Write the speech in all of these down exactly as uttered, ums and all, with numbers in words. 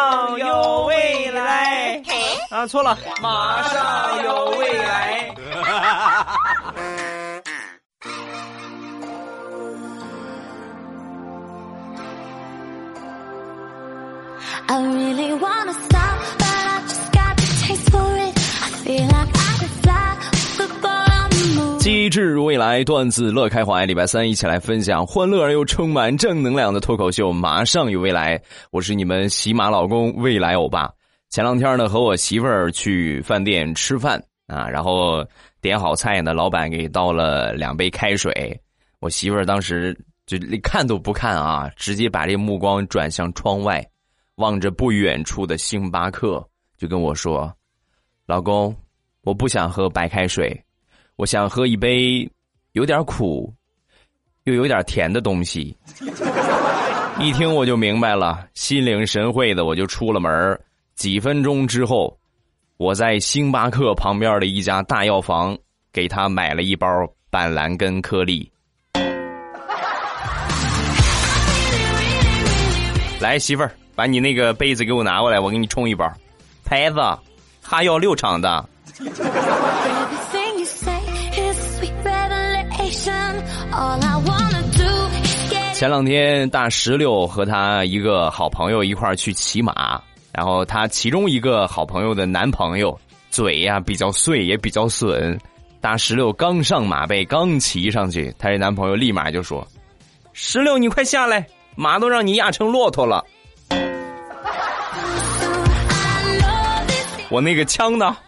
上有未来啊，错了，马上有未来。 I really wanna stop, but I just got the taste for it. I feel like I could fly the ball on the moon. 机智未来，段子乐开怀。礼拜三一起来分享欢乐而又充满正能量的脱口秀，马上有未来。我是你们喜马老公未来欧巴。前两天呢，和我媳妇儿去饭店吃饭啊，然后点好菜呢，老板给倒了两杯开水。我媳妇儿当时就看都不看啊，直接把这目光转向窗外。望着不远处的星巴克，就跟我说：“老公，我不想喝白开水，我想喝一杯有点苦又有点甜的东西。”一听我就明白了，心领神会的我就出了门。几分钟之后，我在星巴克旁边的一家大药房给他买了一包板蓝根颗粒。来，媳妇儿，把你那个杯子给我拿过来，我给你冲一包。牌子哈药六厂的。前两天大石榴和他一个好朋友一块儿去骑马，然后他其中一个好朋友的男朋友嘴呀比较碎也比较损，大石榴刚上马背刚骑上去，他这男朋友立马就说：“石榴你快下来，马都让你压成骆驼了。”我那个枪呢？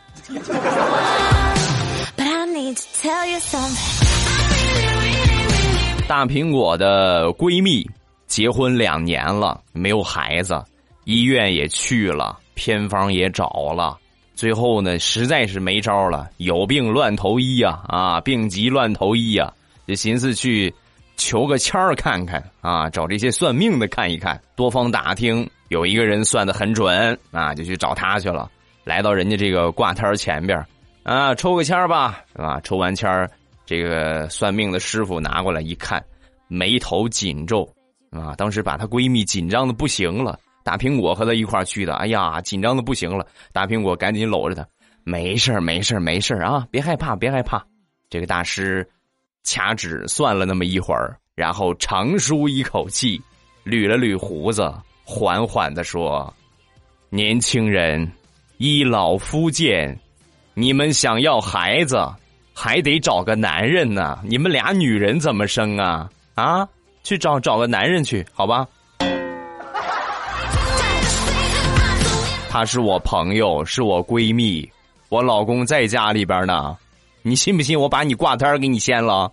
大苹果的闺蜜结婚两年了，没有孩子，医院也去了，偏方也找了，最后呢，实在是没招了，有病乱投医啊啊，病急乱投医啊，就寻思去求个签儿看看啊，找这些算命的看一看，多方打听，有一个人算得很准啊，就去找他去了。来到人家这个挂摊前边啊，抽个签儿吧，是吧？抽完签儿，这个算命的师傅拿过来一看，眉头紧皱啊，当时把她闺蜜紧张的不行了。大苹果和她一块儿去的，哎呀，紧张的不行了。大苹果赶紧搂着她，没事儿，没事儿，没事儿啊，别害怕，别害怕。这个大师掐指算了那么一会儿，然后长舒一口气，捋了捋胡子，缓缓地说：“年轻人，依老夫见，你们想要孩子还得找个男人呢，你们俩女人怎么生啊？啊，去找找个男人去，好吧？”她是我朋友，是我闺蜜，我老公在家里边呢，你信不信我把你挂摊给你掀了？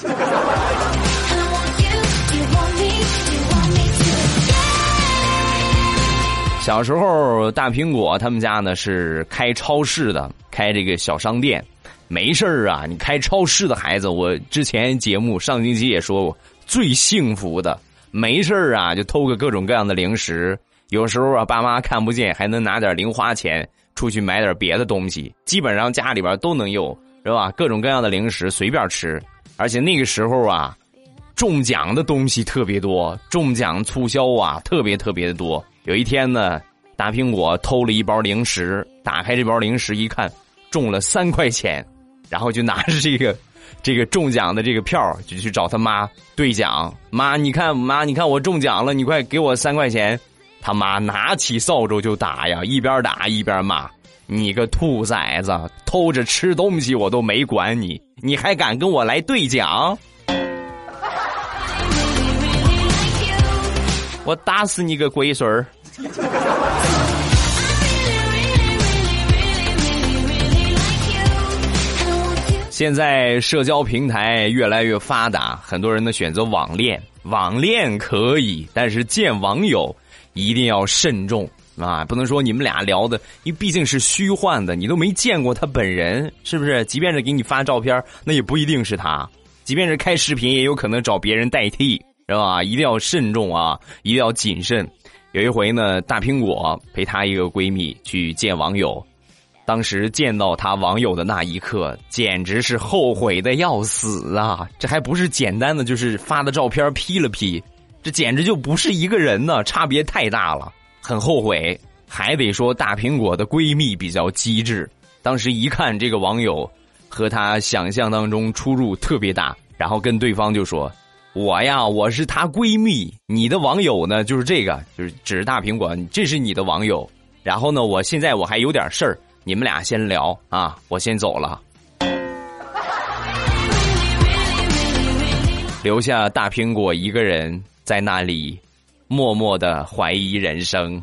小时候大苹果他们家呢是开超市的，开这个小商店。没事儿啊，你开超市的孩子，我之前节目上星期也说过，最幸福的，没事儿啊就偷个各种各样的零食，有时候啊爸妈看不见，还能拿点零花钱出去买点别的东西，基本上家里边都能有，是吧？各种各样的零食随便吃，而且那个时候啊中奖的东西特别多，中奖促销啊特别特别的多。有一天呢，大苹果偷了一包零食，打开这包零食一看，中了三块钱，然后就拿着这个这个中奖的这个票就去找他妈兑奖。妈，你看，妈，你看我中奖了，你快给我三块钱。他妈拿起扫帚就打呀，一边打一边骂：“你个兔崽子，偷着吃东西我都没管你，你还敢跟我来兑奖？我打死你个龟孙儿！”现在社交平台越来越发达，很多人呢选择网恋。网恋可以，但是见网友一定要慎重啊！不能说你们俩聊的，因为毕竟是虚幻的，你都没见过他本人，是不是？即便是给你发照片，那也不一定是他；即便是开视频，也有可能找别人代替，是吧？一定要慎重啊，一定要谨慎。有一回呢，大苹果陪她一个闺蜜去见网友，当时见到她网友的那一刻，简直是后悔的要死啊！这还不是简单的就是发的照片 P 了 P， 这简直就不是一个人呢，差别太大了，很后悔。 还得说大苹果的闺蜜比较机智。当时一看这个网友和她想象当中出入特别大，然后跟对方就说：“我呀，我是她闺蜜，你的网友呢就是这个，就是指着大苹果，这是你的网友。然后呢，我现在我还有点事儿，你们俩先聊啊，我先走了。”留下大苹果一个人在那里默默的怀疑人生。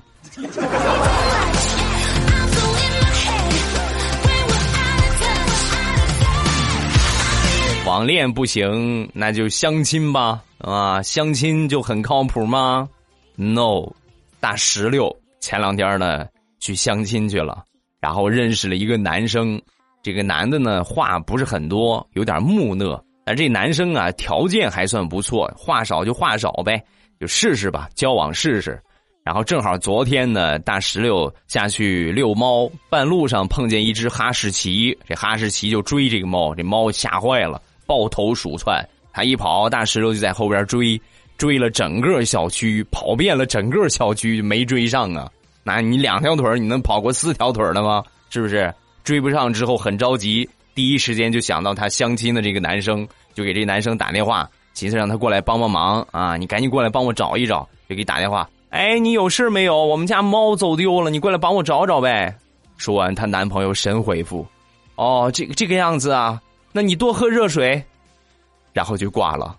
网恋不行，那就相亲吧啊！相亲就很靠谱吗 ？No， 大石榴前两天呢去相亲去了，然后认识了一个男生。这个男的呢话不是很多，有点木讷，但这男生啊条件还算不错，话少就话少呗，就试试吧，交往试试。然后正好昨天呢，大石榴下去遛猫，半路上碰见一只哈士奇，这哈士奇就追这个猫，这猫吓坏了，抱头鼠窜。他一跑，大石榴就在后边追，追了整个小区，跑遍了整个小区没追上啊！那你两条腿你能跑过四条腿的吗？是不是？追不上之后很着急，第一时间就想到他相亲的这个男生，就给这男生打电话，寻思让他过来帮帮忙啊！你赶紧过来帮我找一找，就给打电话。哎，你有事没有？我们家猫走丢了，你过来帮我找找呗。说完，她男朋友神回复：“哦，这个这个样子啊，那你多喝热水。”然后就挂了。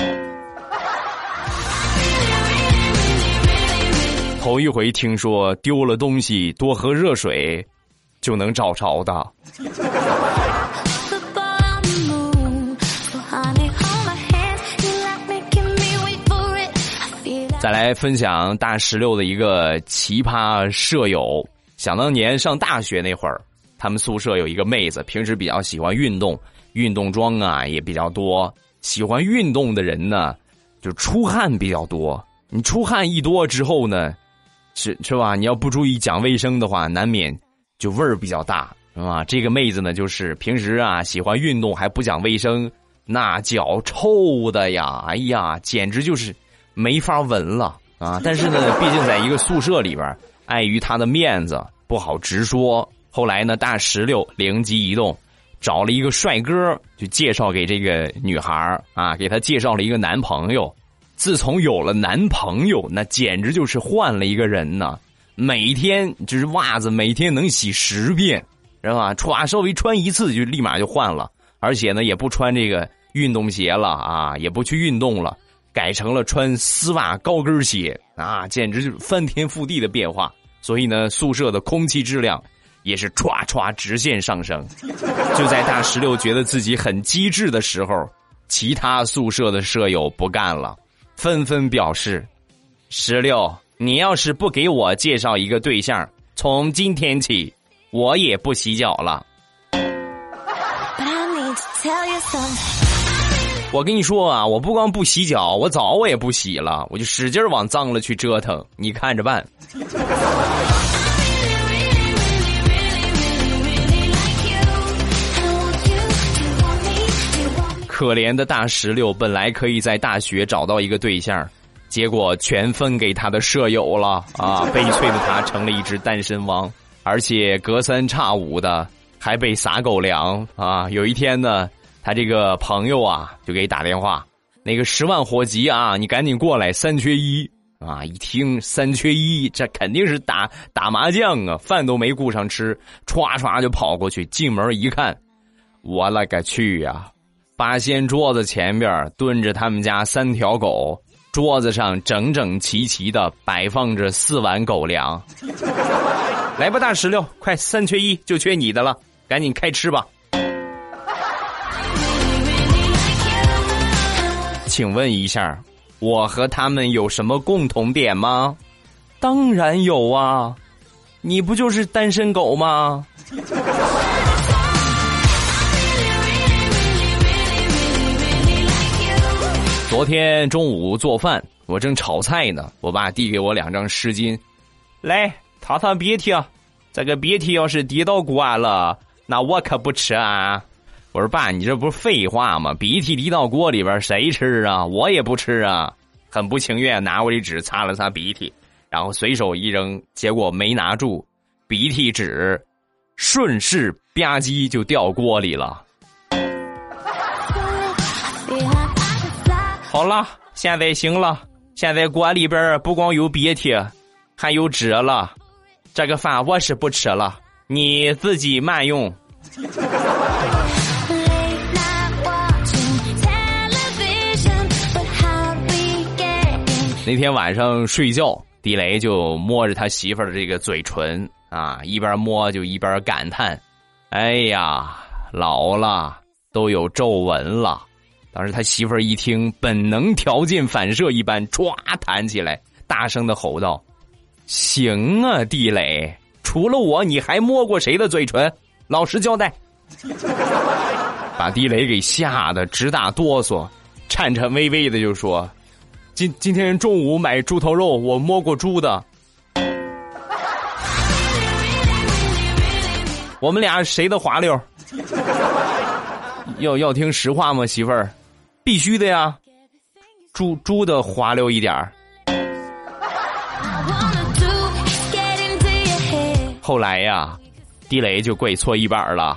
头一回听说丢了东西多喝热水就能找着的。再来分享大石榴的一个奇葩舍友。想当年上大学那会儿，他们宿舍有一个妹子，平时比较喜欢运动，运动装啊也比较多。喜欢运动的人呢，就出汗比较多。你出汗一多之后呢，是是吧？你要不注意讲卫生的话，难免就味儿比较大，是吧？这个妹子呢，就是平时啊喜欢运动还不讲卫生，那脚臭的呀，哎呀，简直就是没法闻了啊！但是呢，毕竟在一个宿舍里边，碍于她的面子，不好直说。后来呢，大石榴灵机一动，找了一个帅哥，就介绍给这个女孩啊，给她介绍了一个男朋友。自从有了男朋友，那简直就是换了一个人呢。每天就是袜子，每天能洗十遍，是吧？歘，稍微穿一次就立马就换了，而且呢，也不穿这个运动鞋了啊，也不去运动了。改成了穿丝袜高跟鞋啊，简直就是翻天覆地的变化。所以呢，宿舍的空气质量也是唰唰直线上升。就在大石榴觉得自己很机智的时候，其他宿舍的舍友不干了，纷纷表示：“石榴，你要是不给我介绍一个对象，从今天起我也不洗脚了。”我跟你说啊，我不光不洗脚，我澡我也不洗了，我就使劲往脏了去折腾，你看着办。可怜的大石榴本来可以在大学找到一个对象，结果全分给他的舍友了啊！悲催的他成了一只单身汪，而且隔三差五的还被撒狗粮啊！有一天呢，他这个朋友啊就给打电话，那个十万火急啊，你赶紧过来，三缺一啊！一听三缺一，这肯定是打打麻将啊，饭都没顾上吃，唰唰就跑过去，进门一看，我勒个去呀！发现桌子前边蹲着他们家三条狗，桌子上整整齐齐的摆放着四碗狗粮。来吧，大石榴，快，三缺一，就缺你的了，赶紧开吃吧。请问一下，我和他们有什么共同点吗？当然有啊，你不就是单身狗吗？昨天中午做饭，我正炒菜呢，我爸递给我两张湿巾，来烫烫鼻涕，这个鼻涕要是滴到锅了，那我可不吃啊。我说爸，你这不是废话吗？鼻涕滴到锅里边谁吃啊？我也不吃啊。很不情愿拿过这纸擦了擦鼻涕， 然后随手一扔，结果没拿住，鼻涕纸顺势吧唧就掉锅里了。好了，现在行了，现在锅里边不光有鼻涕，还有纸了。这个饭我是不吃了，你自己慢用。那天晚上睡觉，地雷就摸着他媳妇儿的这个嘴唇啊，一边摸就一边感叹：“哎呀，老了，都有皱纹了。”当时他媳妇儿一听，本能条件反射一般，唰弹起来，大声的吼道：“行啊，地雷，除了我，你还摸过谁的嘴唇？老实交代！”把地雷给吓得直打哆嗦，颤颤巍巍的就说：“今今天中午买猪头肉，我摸过猪的。”我们俩谁的滑溜？要要听实话吗，媳妇儿？必须的呀，猪猪的滑溜一点儿。后来呀，地雷就跪搓衣板了。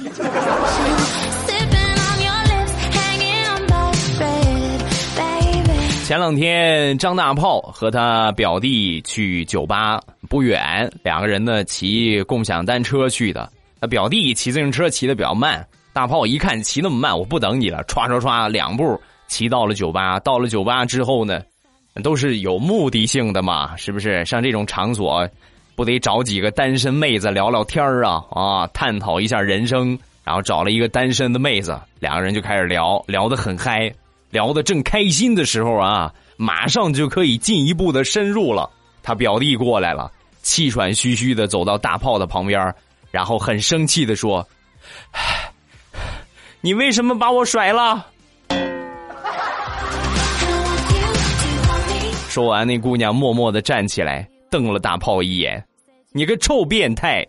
前两天张大炮和他表弟去酒吧，不远，两个人呢骑共享单车去的。他表弟骑自行车骑得比较慢，大炮一看骑那么慢，我不等你了，唰唰唰两步骑到了酒吧。到了酒吧之后呢，都是有目的性的嘛，是不是？像这种场所不得找几个单身妹子聊聊天啊啊，探讨一下人生。然后找了一个单身的妹子，两个人就开始聊，聊得很嗨，聊得正开心的时候啊，马上就可以进一步的深入了。他表弟过来了，气喘吁吁的走到大炮的旁边，然后很生气的说：“你为什么把我甩了？”说完，那姑娘默默的站起来，瞪了大炮一眼：“你个臭变态！”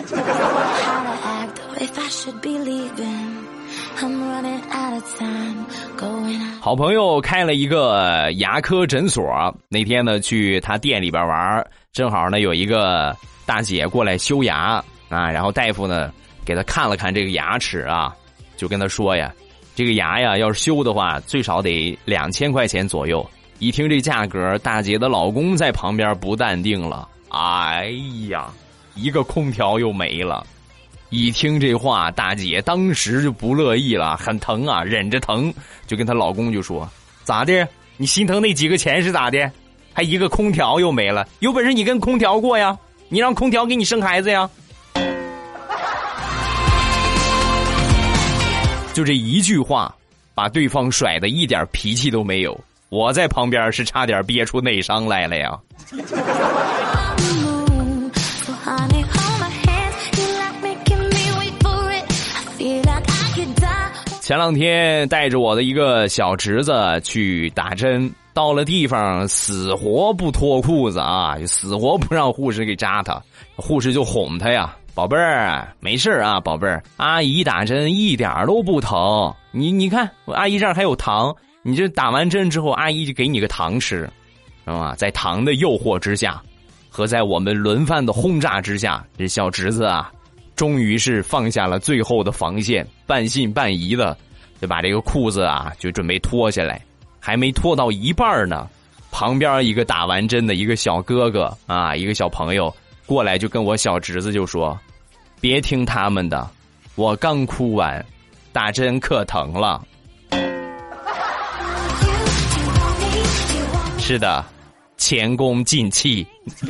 好朋友开了一个牙科诊所，那天呢去他店里边玩，正好呢有一个大姐过来修牙啊，然后大夫呢给他看了看这个牙齿啊，就跟他说呀，这个牙呀要是修的话最少得两千块钱左右。一听这价格，大姐的老公在旁边不淡定了，哎呀，一个空调又没了。一听这话，大姐当时就不乐意了，很疼啊，忍着疼就跟她老公就说：“咋的？你心疼那几个钱是咋的？还一个空调又没了，有本事你跟空调过呀，你让空调给你生孩子呀。”就这一句话把对方甩得一点脾气都没有，我在旁边是差点憋出内伤来了呀。前两天带着我的一个小侄子去打针，到了地方死活不脱裤子啊，就死活不让护士给扎他。护士就哄他呀：“宝贝儿，没事啊，宝贝儿，阿姨打针一点都不疼。你你看，阿姨这儿还有糖，你这打完针之后，阿姨就给你个糖吃，知道吗？”在糖的诱惑之下，和在我们轮番的轰炸之下，这小侄子啊，终于是放下了最后的防线，半信半疑的就把这个裤子啊就准备脱下来，还没脱到一半呢，旁边一个打完针的一个小哥哥啊，一个小朋友过来就跟我小侄子就说：“别听他们的，我刚哭完，打针可疼了。”是的，前功尽弃。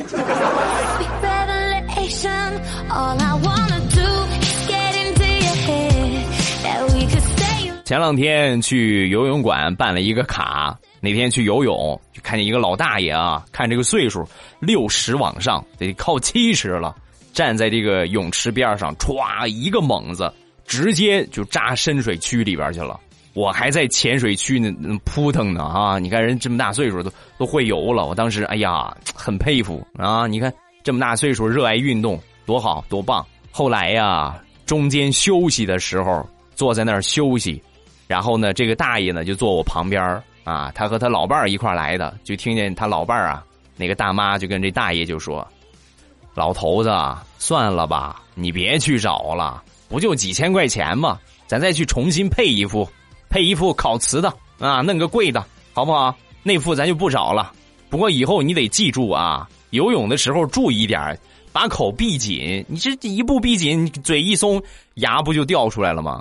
前两天去游泳馆办了一个卡，那天去游泳就看见一个老大爷啊，看这个岁数六十往上，得靠七十了，站在这个泳池边上，歘一个猛子，直接就扎深水区里边去了。我还在浅水区呢扑腾呢啊！你看人这么大岁数都都会游了，我当时哎呀很佩服啊！你看这么大岁数热爱运动，多好多棒。后来呀，中间休息的时候坐在那儿休息，然后呢，这个大爷呢就坐我旁边啊，他和他老伴儿一块来的，就听见他老伴儿啊那个大妈就跟这大爷就说：“老头子，算了吧，你别去找了，不就几千块钱吗？咱再去重新配一副，配一副烤瓷的啊，弄个贵的，好不好？那副咱就不找了。不过以后你得记住啊，游泳的时候注意点，把口闭紧。你这一不闭紧，嘴一松，牙不就掉出来了吗？”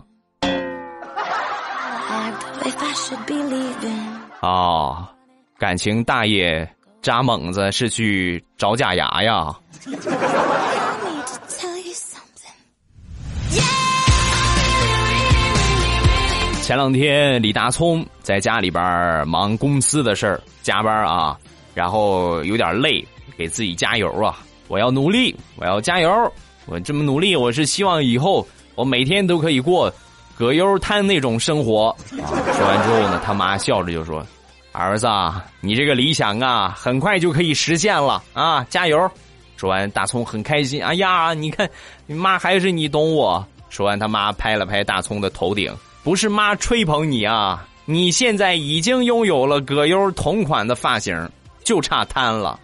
哦，感情大爷扎猛子是去找假牙呀。前两天李大聪在家里边忙公司的事儿，加班啊，然后有点累，给自己加油啊！我要努力，我要加油！我这么努力，我是希望以后我每天都可以过葛优瘫那种生活啊！说完之后呢，他妈笑着就说：“儿子，你这个理想啊，很快就可以实现了啊！加油！”说完，大葱很开心。哎呀，你看，你妈还是你懂我。说完，他妈拍了拍大葱的头顶，不是妈吹捧你啊，你现在已经拥有了葛优同款的发型，就差瘫了。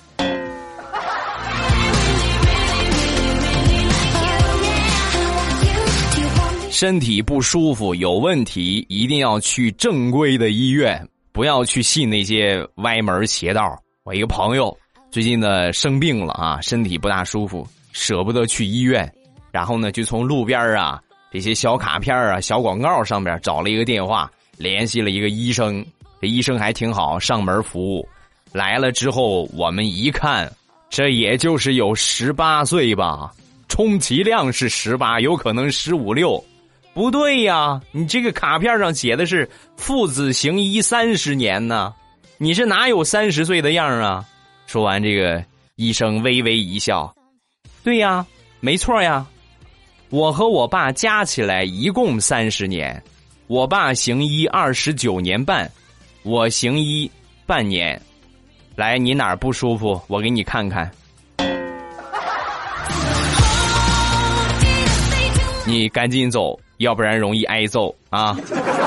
身体不舒服有问题，一定要去正规的医院，不要去信那些歪门邪道。我一个朋友最近呢生病了啊，身体不大舒服，舍不得去医院，然后呢就从路边啊这些小卡片啊小广告上面找了一个电话，联系了一个医生。这医生还挺好，上门服务。来了之后我们一看，这也就是有十八岁吧，充其量是十八，有可能十五六。不对呀，你这个卡片上写的是父子行医三十年呢，你是哪有三十岁的样啊？说完，这个医生微微一笑：“对呀，没错呀，我和我爸加起来一共三十年，我爸行医二十九年半，我行医半年。来，你哪儿不舒服？我给你看看。你赶紧走，要不然容易挨揍啊！”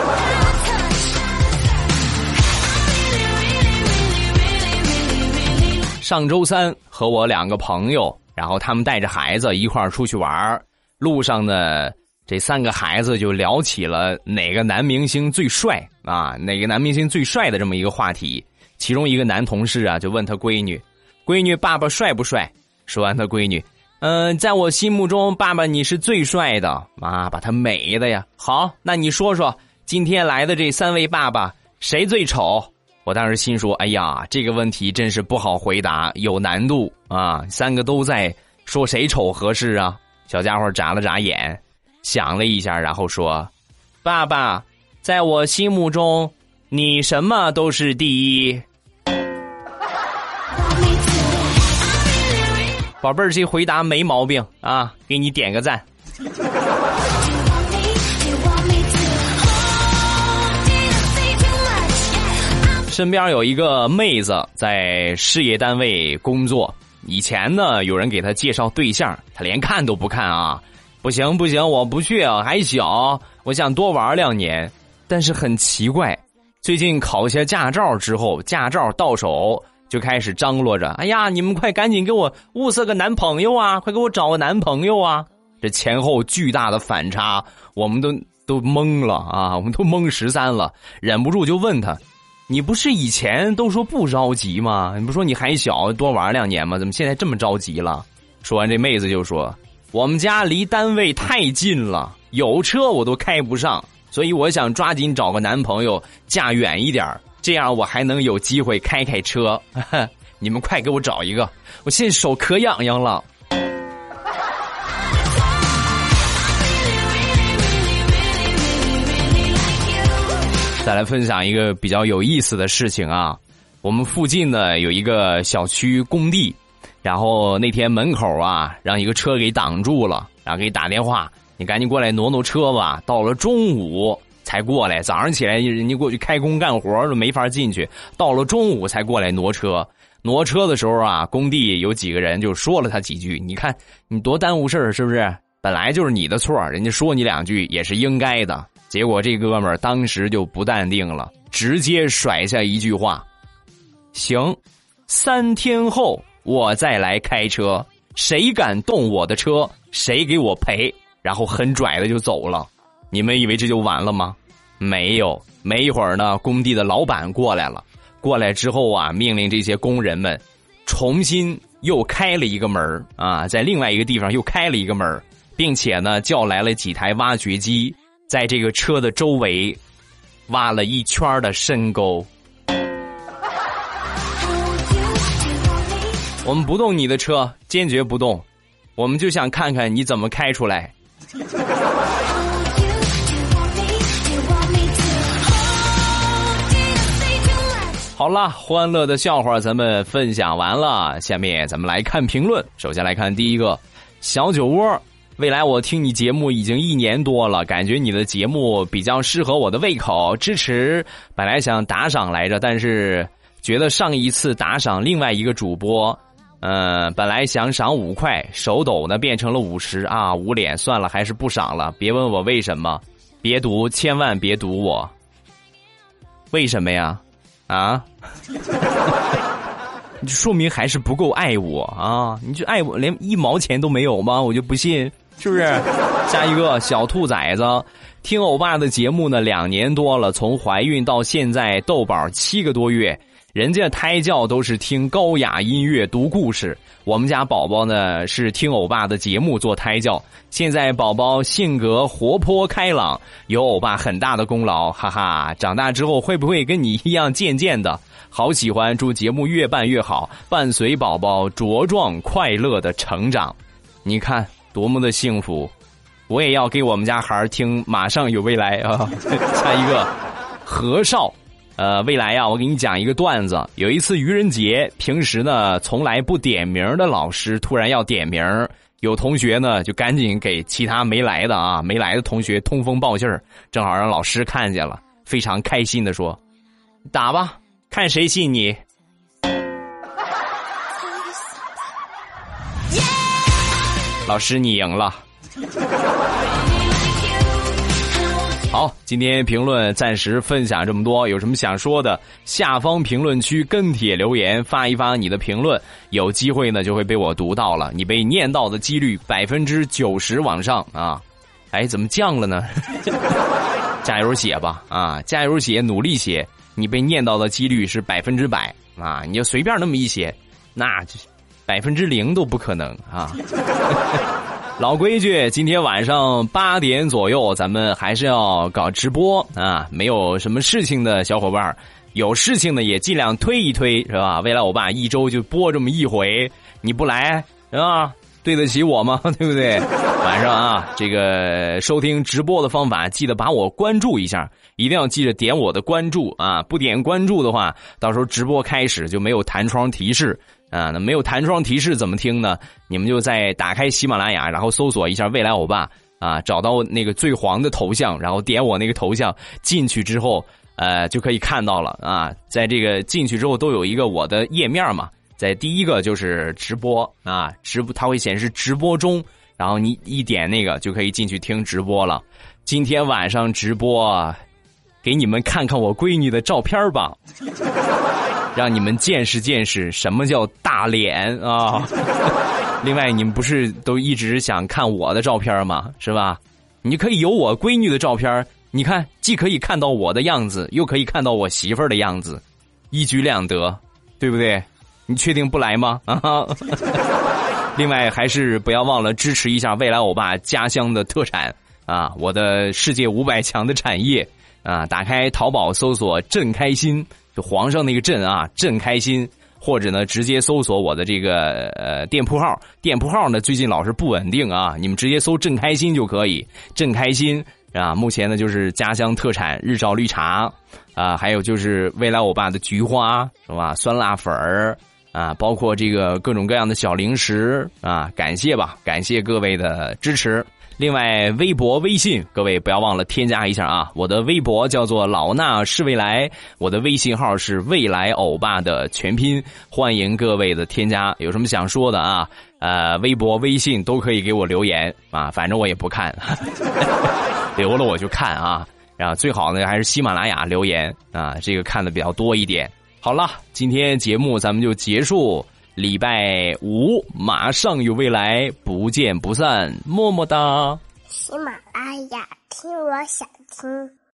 上周三和我两个朋友，然后他们带着孩子一块儿出去玩，路上呢，这三个孩子就聊起了哪个男明星最帅啊，哪个男明星最帅的这么一个话题。其中一个男同事啊，就问他闺女：“闺女，爸爸帅不帅？”说完，他闺女：“嗯、呃，在我心目中，爸爸你是最帅的。”妈，把他美的呀！好，那你说说，今天来的这三位爸爸谁最丑？我当时心说：“哎呀，这个问题真是不好回答，有难度啊！三个都在，说谁丑合适啊？”小家伙眨了眨眼，想了一下，然后说：“爸爸，在我心目中，你什么都是第一。”宝贝儿，这回答没毛病啊，给你点个赞。身边有一个妹子在事业单位工作，以前呢有人给她介绍对象，她连看都不看啊，不行不行，我不去啊，还小，我想多玩两年。但是很奇怪，最近考下驾照之后，驾照到手就开始张罗着：“哎呀，你们快赶紧给我物色个男朋友啊，快给我找个男朋友啊！”这前后巨大的反差，我们都都懵了啊，我们都懵十三了，忍不住就问他：“你不是以前都说不着急吗？你不说你还小，多玩两年吗？怎么现在这么着急了？”说完，这妹子就说：“我们家离单位太近了，有车我都开不上，所以我想抓紧找个男朋友，嫁远一点，这样我还能有机会开开车。你们快给我找一个，我现在手可痒痒了。”再来分享一个比较有意思的事情啊，我们附近呢有一个小区工地，然后那天门口啊让一个车给挡住了，然后给打电话：“你赶紧过来挪挪车吧。”到了中午才过来，早上起来人家过去开工干活都没法进去，到了中午才过来挪车。挪车的时候啊，工地有几个人就说了他几句：“你看你多耽误事儿，是不是？本来就是你的错，人家说你两句也是应该的。”结果这哥们儿当时就不淡定了，直接甩下一句话：“行， 三天后我再来开车，谁敢动我的车，谁给我赔。然后很拽的就走了。你们以为这就完了吗？没有，没一会儿呢，工地的老板过来了。过来之后啊，命令这些工人们重新又开了一个门啊，在另外一个地方又开了一个门，并且呢，叫来了几台挖掘机，在这个车的周围挖了一圈的深沟。我们不动你的车，坚决不动，我们就想看看你怎么开出来。好了，欢乐的笑话咱们分享完了，下面咱们来看评论。首先来看第一个，小酒窝，未来我听你节目已经一年多了，感觉你的节目比较适合我的胃口，支持。本来想打赏来着，但是觉得上一次打赏另外一个主播，呃，本来想赏五块，手抖呢变成了五十啊，捂脸，算了，还是不赏了。别问我为什么，别读，千万别读我。为什么呀？啊，你说明还是不够爱我啊！你就爱我连一毛钱都没有吗？我就不信，是不是？下一个小兔崽子，听欧巴的节目呢两年多了，从怀孕到现在豆宝七个多月，人家胎教都是听高雅音乐读故事，我们家宝宝呢是听欧巴的节目做胎教，现在宝宝性格活泼开朗，有欧巴很大的功劳，哈哈！长大之后会不会跟你一样渐渐的？好喜欢，祝节目越办越好，伴随宝宝茁壮快乐的成长。你看多么的幸福！我也要给我们家孩儿听，马上有未来啊！下一个，何少。呃，未来呀、啊，我给你讲一个段子。有一次愚人节，平时呢从来不点名的老师突然要点名，有同学呢就赶紧给其他没来的啊没来的同学通风报信儿，正好让老师看见了，非常开心的说：“打吧，看谁信你。”老师你赢了。好，今天评论暂时分享这么多，有什么想说的，下方评论区跟帖留言，发一发你的评论，有机会呢就会被我读到了，你被念到的几率百分之九十往上啊！哎，怎么降了呢？加油写吧啊，加油写，努力写，你被念到的几率是百分之百啊！你就随便那么一写，那就百分之零都不可能啊！老规矩，今天晚上八点左右，咱们还是要搞直播啊！没有什么事情的小伙伴，有事情的也尽量推一推，是吧？未来我爸一周就播这么一回，你不来，是吧？对得起我吗？对不对？晚上啊，这个收听直播的方法，记得把我关注一下，一定要记着点我的关注啊！不点关注的话，到时候直播开始就没有弹窗提示。啊，那没有弹窗提示怎么听呢？你们就在打开喜马拉雅，然后搜索一下未来欧巴啊，找到那个最黄的头像，然后点我那个头像进去之后，呃，就可以看到了啊。在这个进去之后都有一个我的页面嘛，在第一个就是直播啊，直播它会显示直播中，然后你一点那个就可以进去听直播了。今天晚上直播，给你们看看我闺女的照片吧。让你们见识见识什么叫大脸啊！另外，你们不是都一直想看我的照片吗？是吧？你可以有我闺女的照片，你看，既可以看到我的样子，又可以看到我媳妇儿的样子，一举两得，对不对？你确定不来吗？啊！另外，还是不要忘了支持一下未来欧巴家乡的特产啊！我的世界五百强的产业啊！打开淘宝搜索“朕开心”。就皇上那个朕啊，朕开心，或者呢直接搜索我的这个呃店铺号，店铺号呢最近老是不稳定啊，你们直接搜朕开心就可以，朕开心啊，目前呢就是家乡特产日照绿茶啊，还有就是未来欧巴的菊花是吧，酸辣粉儿啊，包括这个各种各样的小零食啊，感谢吧，感谢各位的支持。另外，微博、微信，各位不要忘了添加一下啊！我的微博叫做老衲是未来，我的微信号是未来欧巴的全拼，欢迎各位的添加。有什么想说的啊？呃，微博、微信都可以给我留言啊，反正我也不看，留了我就看啊。然后最好呢还是喜马拉雅留言啊，这个看的比较多一点。 好了，今天节目咱们就结束，礼拜五马上有未来，不见不散，么么哒。 喜马拉雅，听我想听。